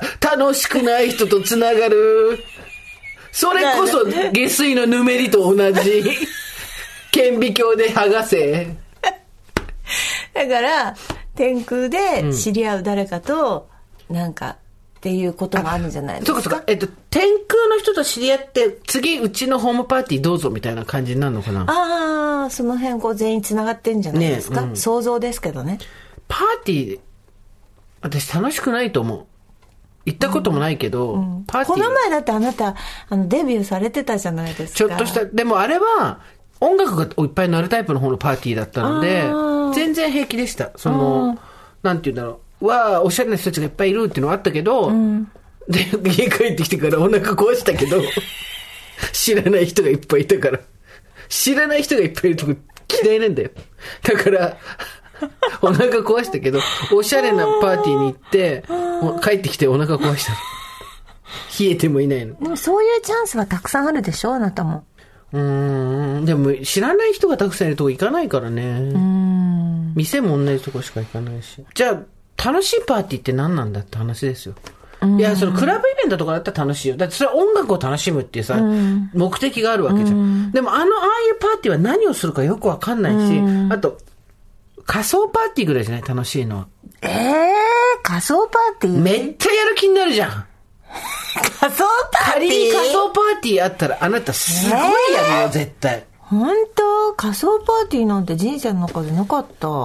楽しくない人とつながる。それこそ下水のぬめりと同じ。顕微鏡で剥がせ。 だから天空で知り合う誰かとなんかっていうこともあるんじゃないですか。 そうかそうか。えっと天空の人と知り合って次うちのホームパーティーどうぞみたいな感じになるのかな。 ああ、その辺こう全員つながってんじゃないですか。ね、うん、想像ですけどね。 パーティー私楽しくないと思う。行ったこともないけど、うんうん、 パーティーこの前だってあなたあのデビューされてたじゃないですか。 ちょっとしたでもあれは音楽がいっぱい鳴るタイプの方のパーティーだったので全然平気でした。そのなんていうんだろう、わあおしゃれな人たちがいっぱいいるっていうのはあったけど、うん、で家帰ってきてからお腹壊したけど知らない人がいっぱいいたから知らない人がいっぱいいるとこ嫌いなんだよ。だからお腹壊したけどおしゃれなパーティーに行って帰ってきてお腹壊した。冷えてもいないの。 でもそういうチャンスはたくさんあるでしょあなたも。 うーん、でも知らない人がたくさんいるとこ行かないからね。うーん、店も同じとこしか行かないし。じゃあ楽しいパーティーって何なんだって話ですよ。いや、そのクラブイベントとかだったら楽しいよ。だってそれは音楽を楽しむっていうさ、目的があるわけじゃん。でもあのああいうパーティーは何をするかよくわかんないし、あと仮想パーティーぐらいじゃない楽しいのは。 ええー、仮想パーティーめっちゃやる気になるじゃん。 仮想パーティー、 仮に仮想パーティーあったらあなたすごいやるよ、えー、絶対。 本当？仮想パーティーなんて人生の中でなかった。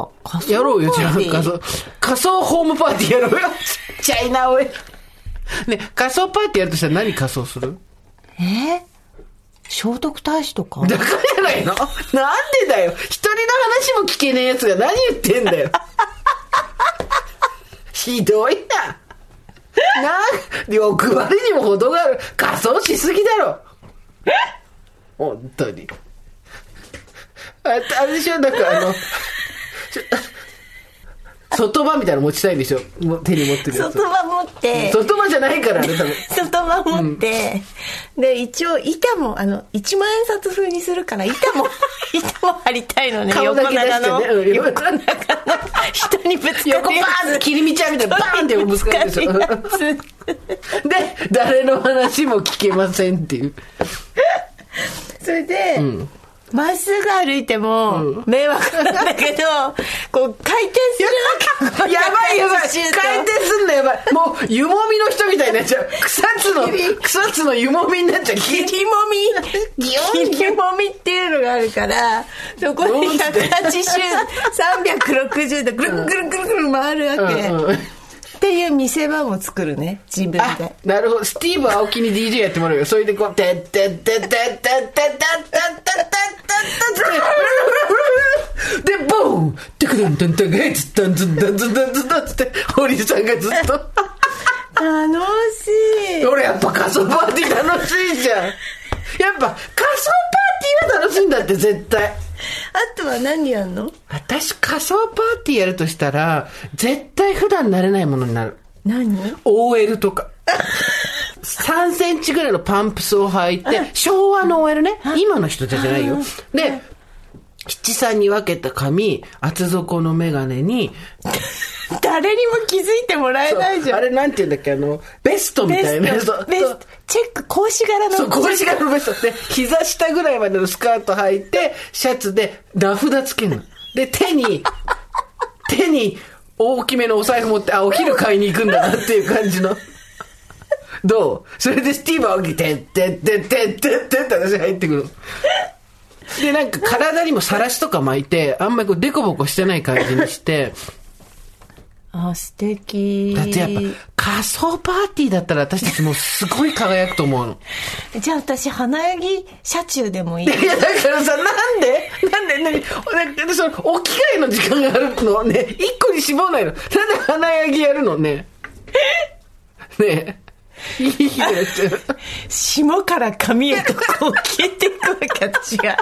仮想やろうよ、じゃあ仮想仮想ホームパーティーやろうよ。ちっちゃいなおい。ね、仮想パーティーやるとしたら何仮装する？ えー、聖徳太子とか？ だからじゃないの？なんでだよ。一人の話も聞けねえやつが何言ってんだよ。ひどいな。な、欲張りにも程がある。仮装しすぎだろ。本当に。あ、あれでしょ、なんかあの、外場みたいなの持ちたいんでしょ、手に持ってるやつ。 外場持って。 外場じゃないからね、多分。 外場持って、うん、で、一応板も、あの、一万円札風にするから、板も、板も貼りたいのね、 顔だけ出してね、うん、 横長の人にぶつかるやつ。 横バーンって切り身ちゃんみたいなバーンってぶつかるでしょ。で、誰の話も聞けませんっていう。 それで、うんまっすぐ歩いても迷惑なんだけど、こう回転するわけ。 やばいやばい。回転すんのやばい。もう湯もみの人みたいになっちゃう。草津の草津の湯もみになっちゃう。 切りもみ切りもみっていうのがあるから、そこでひゃくはちじゅう、さんびゃくろくじゅうどぐるぐるぐるぐる回るわけ。うんうんっていう見せ場も作るね、自分で。あ、 なるほど。スティーブ・アオキに ディージェー やってもらうよ。それでこう、てってってってってってってってってで、ボーンてくるんてんてんてんつったんつったんつったんつったんつって、堀さんがずっと。 楽しい。 俺やっぱ仮想パーティー楽しいじゃん。やっぱ仮想パーティーは楽しいんだって絶対。 あとは何やんの？ 私仮想パーティーやるとしたら絶対普段慣れないものになる。 何？ オーエル とかさんセンチぐらいのパンプスを履いて、昭和の オーエル ね、今の人じゃないよ。で、七三に分けた髪、厚底のメガネに誰にも気づいてもらえないじゃん。 あれなんて言うんだっけ、あのベストみたいな、 ベスト、ベストチェック、格子柄の、 そう、格子柄のベストで膝下ぐらいまでのスカート履いてシャツで名札つけるので、手に手に大きめのお財布持って、あ、お昼買いに行くんだなっていう感じのどう？それでスティーバー起きててってってってってって私入ってくるで、なんか体にもさらしとか巻いて、あんまりこうデコボコしてない感じにしてあ、素敵。 だってやっぱ仮想パーティーだったら私たちもうすごい輝くと思うのじゃあ私花柳車中でもいい？ いやだからさ、なんでなんで何なんでそのお着替えの時間があるのね、一個に絞らないの。なんで花柳やるのねねえいいって霜から髪へとこう消えていくわけ、私が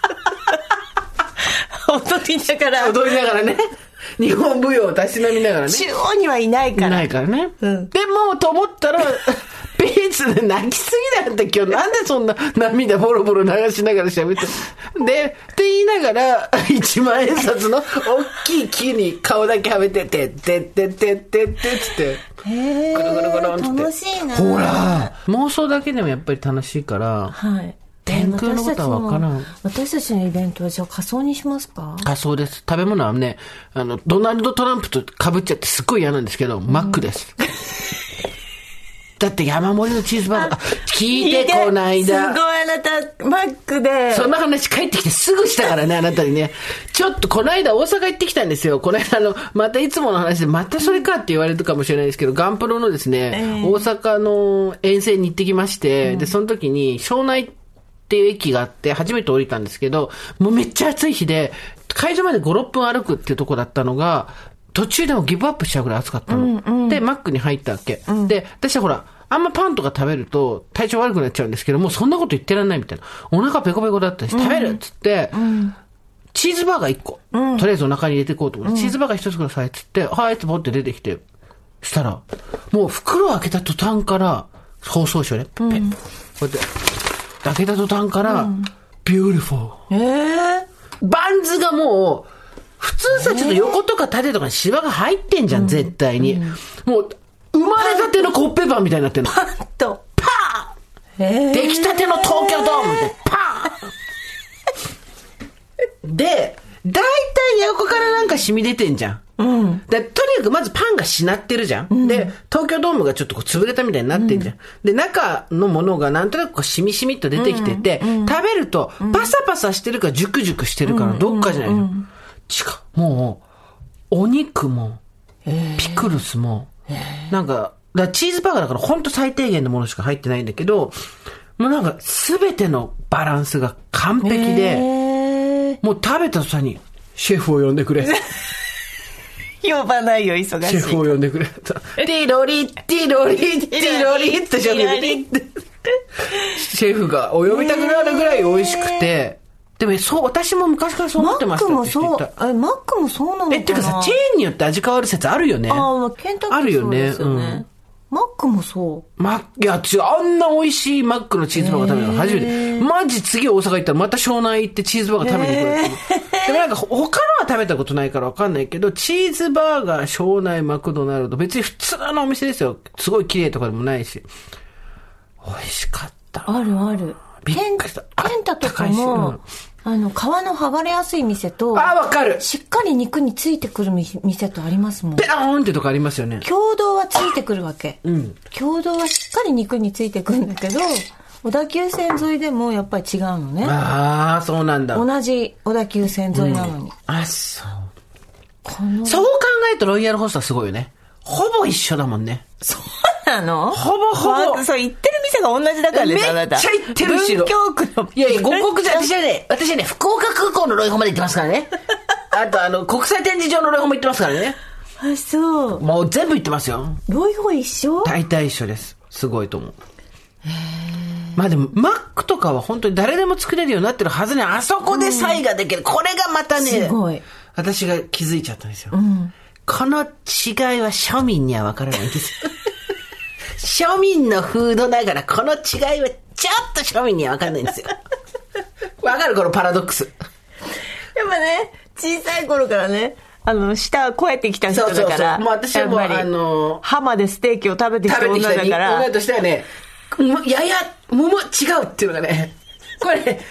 踊りながら踊りながらね、日本舞踊をたしなみながらね。 中央にはいないから。 いないからね。 うん、 でも、と思ったら、ビーツで泣きすぎだった今日。なんでそんな涙ボロボロ流しながら喋って。で、って言いながら、一万円札の大きい木に顔だけはめて、てってってってってってつって。 へー、 ぐるぐるぐるんって。 楽しいな。 ほら、妄想だけでもやっぱり楽しいから。 はい。 天空のことは分からん。 私たちのイベントはじゃあ仮装にしますか？ 仮装です。食べ物はね、あの、ドナルド・トランプと被っちゃってすっごい嫌なんですけど、うん、マックです。だって山盛りのチーズバーガー、聞いてこないだ。 すごいあなた、マックで。 そんな話帰ってきてすぐしたからね、あなたにね。ちょっとこの間大阪行ってきたんですよ。この間あの、またいつもの話で、またそれかって言われるかもしれないですけど、ガンプロのですね、えー、大阪の遠征に行ってきまして、うん、で、その時に、庄内っていう駅があって、初めて降りたんですけど、もうめっちゃ暑い日で、会場までご、ろっぷん歩くっていうとこだったのが、途中でもギブアップしちゃうぐらい暑かったの。うんうん、で、マックに入ったわけ。うん、で、私はほら、あんまパンとか食べると体調悪くなっちゃうんですけど、もうそんなこと言ってらんないみたいな。お腹ペコペコだったし、食べるっつって、うん、チーズバーガーいっこ、うん。とりあえずお腹に入れていこうと思って、うん、チーズバーガーひとつくださいっつって、はいってポって出てきて、したら、もう袋を開けた途端から、包装紙をね、ペッ、うん、こうやって、開けた途端から、うん、ビューティフォー。えー、バンズがもう、普通さ、ちょっと横とか縦とかにシワが入ってんじゃん、えー、絶対に。うん、もう、生まれたてのコッペパンみたいになってるの。 パンと、 パーン、えー、出来たての東京ドームで、パーンで、大体横からなんか染み出てんじゃん。うん、でとにかくまずパンがしなってるじゃん、うん、で東京ドームがちょっとこう潰れたみたいになってんじゃん、うん、で中のものがなんとなくこうしみしみっと出てきてて、うん、食べるとパサパサしてるかジュクジュクしてるからどっかじゃないの、うんうんうん、違う、もうお肉もピクルスもなんかだチーズバーガーだからほんと最低限のものしか入ってないんだけど、もうなんか全てのバランスが完璧で、もう食べた途端にシェフを呼んでくれ呼ばないよ、忙しい。 シェフを呼んでくれた。ティロリ、ティロリ、ティロリってシェフシェフがお呼びたくなるぐらい美味しくて、でもそう、私も昔からそう思ってました。 マックもそう、え、マックもそうなのかな。 え、っていうかさ、チェーンによって味変わる説あるよね。 ああ、ケンタッキーそうですよね。あるよね。うん、マックもそう。 マック、いや、違う、あんな美味しいマックのチーズバーガー食べるの初めて。マジ次大阪行ったらまた湘南行ってチーズバーガー食べに行く。でもなんか他のは食べたことないからわかんないけど、チーズバーガー、湘南、マクドナルド、別に普通のお店ですよ。すごい綺麗とかでもないし。美味しかった。 あるある。 びっくりした。 ケンタとかも、あの、皮の剥がれやすい店と、 あ、わかる。 しっかり肉についてくる店とありますもん。 ペローンってとこありますよね。 共同はついてくるわけ。うん。共同はしっかり肉についてくるんだけど、小田急線沿いでもやっぱり違うのね。 ああ、そうなんだ。 同じ小田急線沿いなのに。うん、 あ、そう。そう考えるとロイヤルホストはすごいよね。ほぼ一緒だもんね。 そうなの？ ほぼほぼ。 そう、行ってる店が同じだからです、あなた。 めっちゃ行ってるし。 文京区の。 いやいや、五国じゃ、私はね、私はね、福岡空港のロイホまで行ってますからね。あと、あの、国際展示場のロイホも行ってますからね。 あ、そう。 もう全部行ってますよ。 ロイホ一緒？ 大体一緒です。すごいと思う。 まあでも、マックとかは本当に誰でも作れるようになってるはずね。あそこで差異ができる。うん、これがまたね、 すごい。 私が気づいちゃったんですよ。 うん、 この違いは庶民には分からないんですよ。庶民のフードながら、この違いはちょっと庶民には分かんないんですよ。分かるこのパラドックス。 やっぱね、小さい頃からね、あの、舌こうやってきた人だから。そうそうそう。 もう私はもう、あの、 浜でステーキを食べてきた女だから。 女としてはね、やや、桃違うっていうのがね、これ、ね、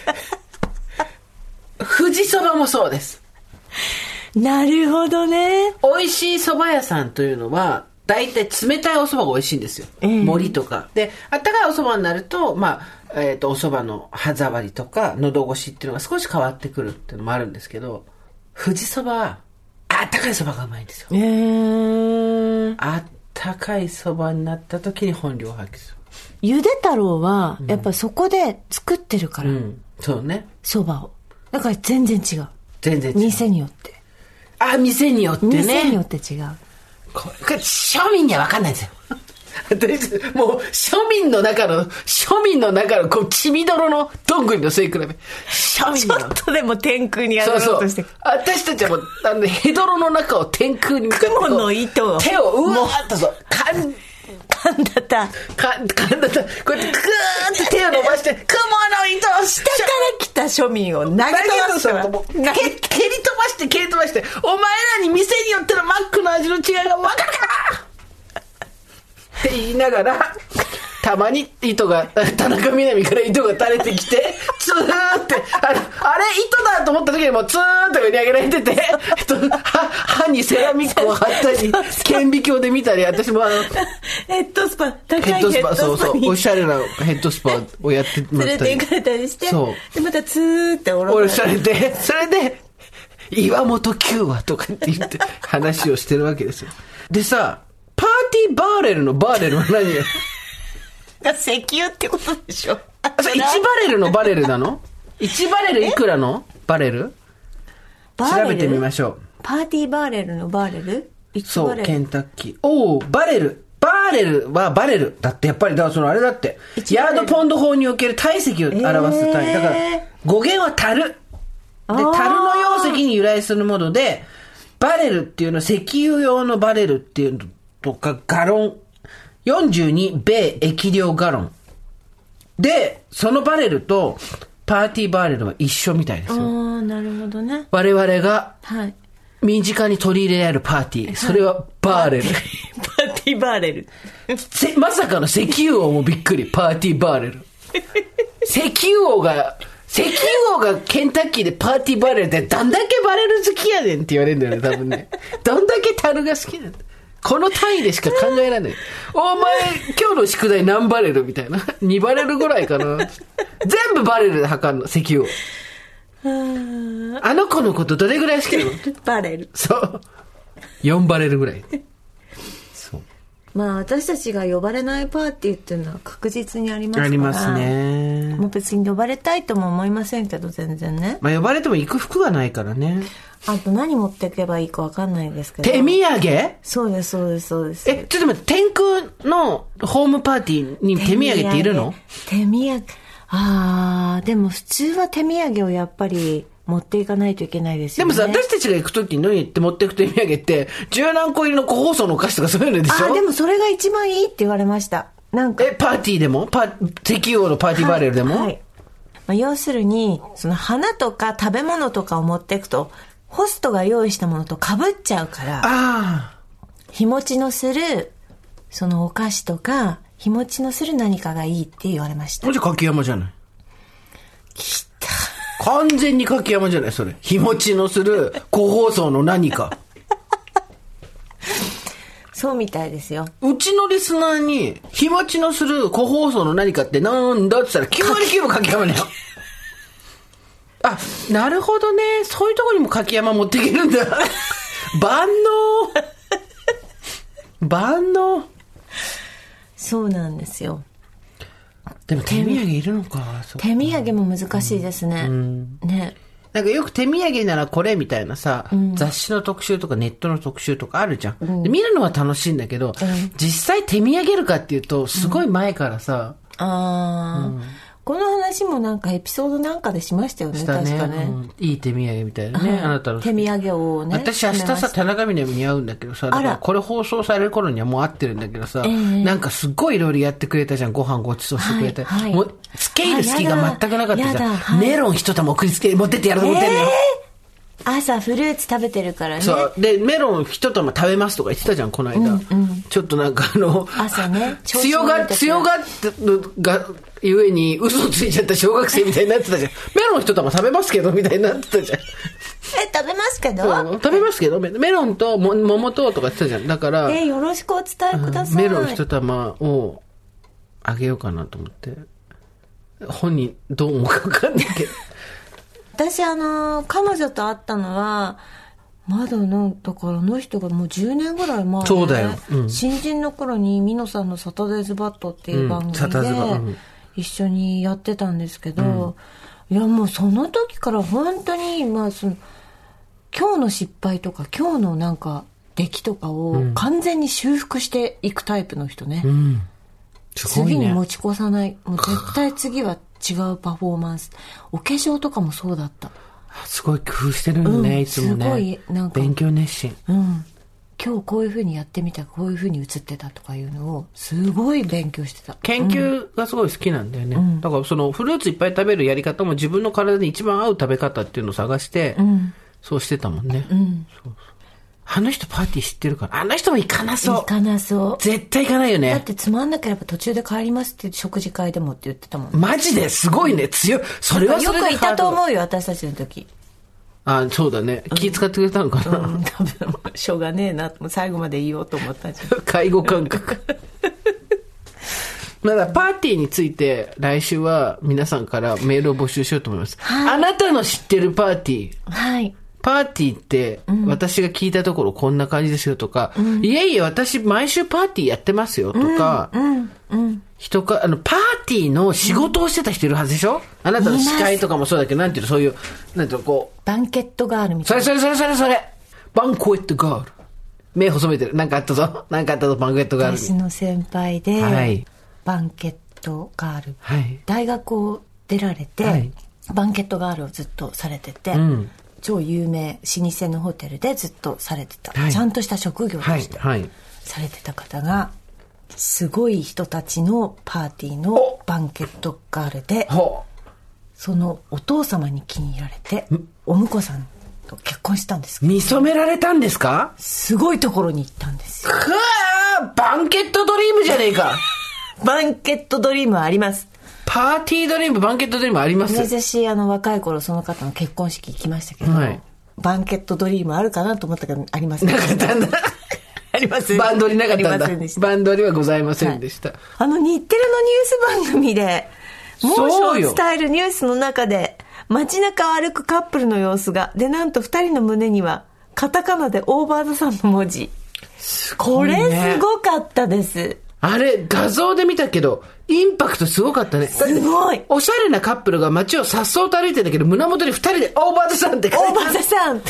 富士そばもそうです。 なるほどね。 美味しい蕎麦屋さんというのは、大体冷たいお蕎麦が美味しいんですよ。えー、森とか。で、あったかいお蕎麦になると、まあ、えっと、お蕎麦の歯触りとか、喉越しっていうのが少し変わってくるっていうのもあるんですけど、富士そばは、あったかい蕎麦がうまいんですよ。 えー、 あったかい蕎麦になった時に本領を発揮する。 ゆで太郎は、やっぱそこで作ってるから。うん、 そうね。 蕎麦を。だから全然違う。 全然違う。 店によって。 あ、店によってね。 店によって違う。 これ、庶民には分かんないんですよ。もう、庶民の中の、庶民の中の、こう、血みどろのどんぐりの背比べ。庶民の。 ちょっとでも天空にやろうとして。 そうそう。私たちはもう、あの、ヘドロの中を天空に向かって。 雲の糸を。 手をうわーっとそう、かん、 かんだた。 かん、かんだた。こうやって、ぐーって手を伸ばして、雲の糸を下から来た庶民を投げ飛ばすから。蹴り飛ばして、蹴り飛ばして、お前らに店によってのマックの味の違いが分かるかって言いながら、たまに糸が、田中みな実から糸が垂れてきて、ツーって、あれ、あれ糸だと思った時にもうツーッと上に上げられてて、歯にセラミックを貼ったり、顕微鏡で見たり、私もあの、 ヘッドスパ、高いヘッドスパ、 そうそう、おしゃれなヘッドスパをやってもらったり。 連れて行かれたりして、そう。で、またツーって下ろされて、それで、岩本九話とかって言って話をしてるわけですよ。でさ、パーティーバーレルのバーレルは何よ。 石油ってことでしょ。 あ、それいちバレルのバレルなの ?いち バレルいくらのバレルバーレル調べてみましょう。 パーティーバーレルのバーレルいちバレル。 そう、ケンタッキー。おー、バレル。バーレルはバレルだって、やっぱり、だからそのあれだって、ヤードポンド法における体積を表す単位。だから、語源は樽。で、樽の容積に由来するもので、バレルっていうのは石油用のバレルっていうのとか、ガロン。よんじゅうに米液量ガロン。で、そのバレルとパーティーバーレルは一緒みたいですよ。 ああ、なるほどね。 我々が身近に取り入れられるパーティー。はい、それはバーレル。 パーティーバーレル。 まさかの石油王もびっくり。パーティーバーレル。石油王が、石油王がケンタッキーでパーティーバーレルってどんだけバレル好きやねんって言われるんだよね、多分ね。どんだけ樽が好きなんだ。この単位でしか考えられない。お前、今日の宿題何バレルみたいな。にバレルぐらいかな。全部バレルで測るの、石油を。あの子のことどれぐらい好きなのバレル。 そう。よんバレルぐらい。そう。 まあ私たちが呼ばれないパーティーっていうのは確実にありますから。 ありますね。 もう別に呼ばれたいとも思いませんけど、全然ね。 まあ呼ばれても行く服がないからね。 あと何持っていけばいいか分かんないですけど。 手土産？ そうです、そうです、そうです。 え、ちょっと待って、天空のホームパーティーに手土産っているの？ 手土産。あー、でも普通は手土産をやっぱり持っていかないといけないですよね。 でもさ、私たちが行くときに何って持っていく手土産って、十何個入りの個包装のお菓子とかそういうのでしょ？ あ、でもそれが一番いいって言われました。なんか。 え、パーティーでもパ石油王のパーティーバレルでも、 はいはい、まあ、要するに、その花とか食べ物とかを持っていくと、ホストが用意したものと被っちゃうから、 あ日持ちのするそのお菓子とか日持ちのする何かがいいって言われました。 これじゃ柿山じゃない。 きた。 完全に柿山じゃないそれ。日持ちのする個包装の何か。 そうみたいですよ。 うちのリスナーに日持ちのする個包装の何かってなんだって言ったらきゅう割きゅうぶ柿山だよ。あ、なるほどね。そういうところにも柿山持っていけるんだ。万能。万能。 そうなんですよ。 でも手土産いるのか。 手土産も難しいですね。うん、ね。 なんかよく手土産ならこれみたいなさ、うん、雑誌の特集とかネットの特集とかあるじゃん。うん、で見るのは楽しいんだけど、うん、実際手土産るかっていうとすごい前からさ、 ああ、うん、この話もなんかエピソードなんかでしましたよね。 したね、 確かね、 うん、いい手土産みたいなね、あなたの手土産をね。 私明日さ田中みな実に会うんだけどさ、だからこれ放送される頃にはもう会ってるんだけどさ、えー、なんかすっごいいろいろやってくれたじゃん。ご飯ごちそうしてくれた、はいはい、もう付け入る隙が全くなかったじゃん、はい、メロン一玉送りつけ持ってってやると思ってんだよ、えー朝フルーツ食べてるからね。 そうでメロン一玉食べますとか言ってたじゃんこの間、うんうん、ちょっとなんかあの朝ね強が強ががゆえに嘘ついちゃった小学生みたいになってたじゃん。メロン一玉食べますけどみたいになってたじゃん。 え食べますけど食べますけどメロンとも桃ととか言ってたじゃん。だからえよろしくお伝えください、 うん、メロン一玉をあげようかなと思って。本人どう思うか分かんないけど私あの彼女と会ったのはまだのだからの人がもうじゅうねんぐらい前、ね、 そうだよ、うん、 新人の頃にミノさんのサタデーズバットっていう番組で一緒にやってたんですけど、うん、いやもうその時から本当にまあその今日の失敗とか今日のなんか出来とかを完全に修復していくタイプの人ね、うん、すごいね。次に持ち越さない。もう絶対次は違うパフォーマンス。お化粧とかもそうだった。 すごい工夫してるんだね、うん、いつもね。すごいなんか勉強熱心。 うん。今日こういう風にやってみた、こういう風に映ってたとかいうのをすごい勉強してた。 研究がすごい好きなんだよね。うん、だからそのフルーツいっぱい食べるやり方も自分の体に一番合う食べ方っていうのを探して、うん、そうしてたもんね。うん、そうあの人パーティー知ってるから。あの人も行かなそう。 行かなそう。 絶対行かないよね。 だってつまんなければ途中で帰りますって食事会でもって言ってたもん、ね。 マジですごいね。強い。それはそれでよくいたと思うよ、私たちの時。 あ、そうだね。気使ってくれたのかな。 うん、多分、しょうがねえな。もう最後まで言おうと思ったじゃん。 介護感覚。まだパーティーについて来週は皆さんからメールを募集しようと思います。はい、あなたの知ってるパーティー。 はい。 パーティーって私が聞いたところこんな感じですよとか、うん、いえいえ私毎週パーティーやってますよとか、うんうん、人かあのパーティーの仕事をしてた人いるはずでしょ、うん、あなたの司会とかもそうだけどなんていうのそういうなんていうのこうバンケットガールみたいな。 それそれそれそれそれバンコエットガール。目細めてる。なんかあったぞ。なんかあったぞバンケットガール。 私の先輩で、はい、バンケットガール、はい、大学を出られて、はい、バンケットガールをずっとされてて、うん超有名老舗のホテルでずっとされてた、はい、ちゃんとした職業としてされてた方がすごい人たちのパーティーのバンケットガールでそのお父様に気に入られてお婿さんと結婚したんです。 見初められたんですか？ すごいところに行ったんですよ。 くわーバンケットドリームじゃねえかバンケットドリームはあります。 パーティードリームバンケットドリームあります。 私あの若い頃その方の結婚式行きましたけど、はい、バンケットドリームあるかなと思ったけどありませんでした。 なかったんだありません。 バンドリなかったんだ。バンドリはございませんでした、はい、 あの日テレのニュース番組でモーションを伝えるニュースの中で街中を歩くカップルの様子がでなんとふたりの胸にはカタカナでオーバーザさんの文字。すごいね、これすごかったです。 あれ画像で見たけどインパクトすごかったね。 すごいおしゃれなカップルが街をさっそうと歩いてるんだけど胸元にふたりでオーバーザさんって書いてある。 オーバーザさん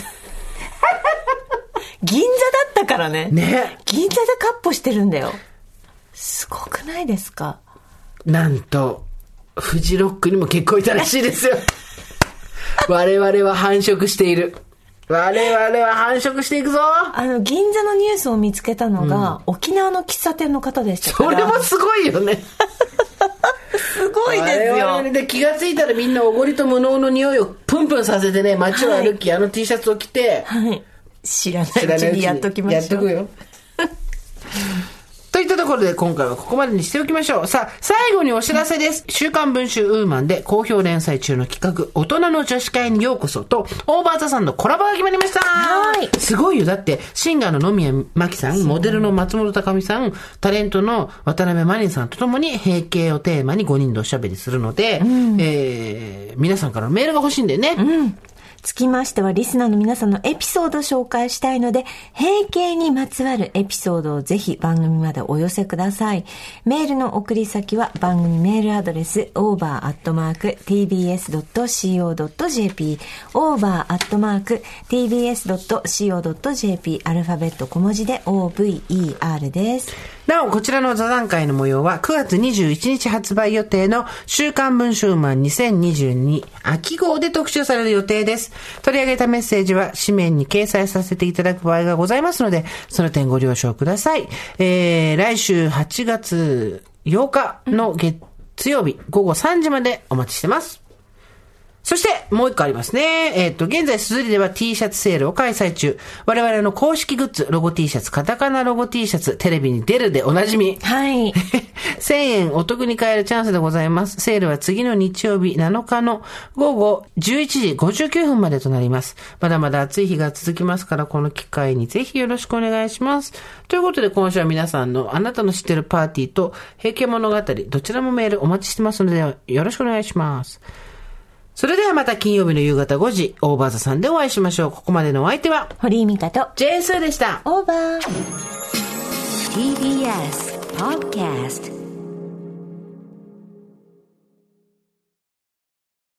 銀座だったからね。 ね銀座でカッポしてるんだよ。すごくないですか。 なんとフジロックにも結構いたらしいですよ我々は繁殖している。我々は繁殖していくぞ。 あの銀座のニュースを見つけたのが、うん、沖縄の喫茶店の方でしたから。 それもすごいよねすごいですよ。 我々で気がついたらみんなおごりと無能の匂いをプンプンさせてね街を歩き、はい、あの T シャツを着て、 はい、知らないうちにやっときましょう。 やっとくよといったところで今回はここまでにしておきましょう。さあ最後にお知らせです。週刊文春ウーマンで好評連載中の企画大人の女子会にようこそとオーバーザさんのコラボが決まりました。 はい、 すごいよ。だってシンガーの野宮真貴さん、モデルの松本隆美さん、タレントの渡辺真理さんとともに閉経をテーマにごにんでおしゃべりするので、うん、えー、皆さんからのメールが欲しいんだよね。 うんつきましてはリスナーの皆さんのエピソードを紹介したいので閉経にまつわるエピソードをぜひ番組までお寄せください。メールの送り先は番組メールアドレス オーバー アットマーク ティービーエス ドット シーオー ドット ジェーピー オーバー アットマーク ティービーエス ドット シーオー ドット ジェーピー アルファベット小文字で オーブイイーアール です。 なお、こちらの座談会の模様はくがつにじゅういちにち発売予定の週刊文春マンにせんにじゅうに秋号で特集される予定です。取り上げたメッセージは紙面に掲載させていただく場合がございますので、その点ご了承ください。えー、来週はちがつようかの月曜日ごごさんじまでお待ちしてます。そして、もう一個ありますね。えっと、現在、すずりでは T シャツセールを開催中。我々の公式グッズ、ロゴ T シャツ、カタカナロゴ T シャツ、テレビに出るでおなじみ。 はい。 せんえんお得に買えるチャンスでございます。セールは次の日曜日なのかの午後じゅういちじごじゅうきゅうふんまでとなります。まだまだ暑い日が続きますから、この機会にぜひよろしくお願いします。ということで、今週は皆さんのあなたの知ってるパーティーと平家物語、どちらもメールお待ちしてますので、よろしくお願いします。それではまた金曜日の夕方ごじ、オーバーザさんでお会いしましょう。ここまでのお相手は、 堀井美香と、 ジェーエスー でした。 オーバー。 ティービーエス Podcast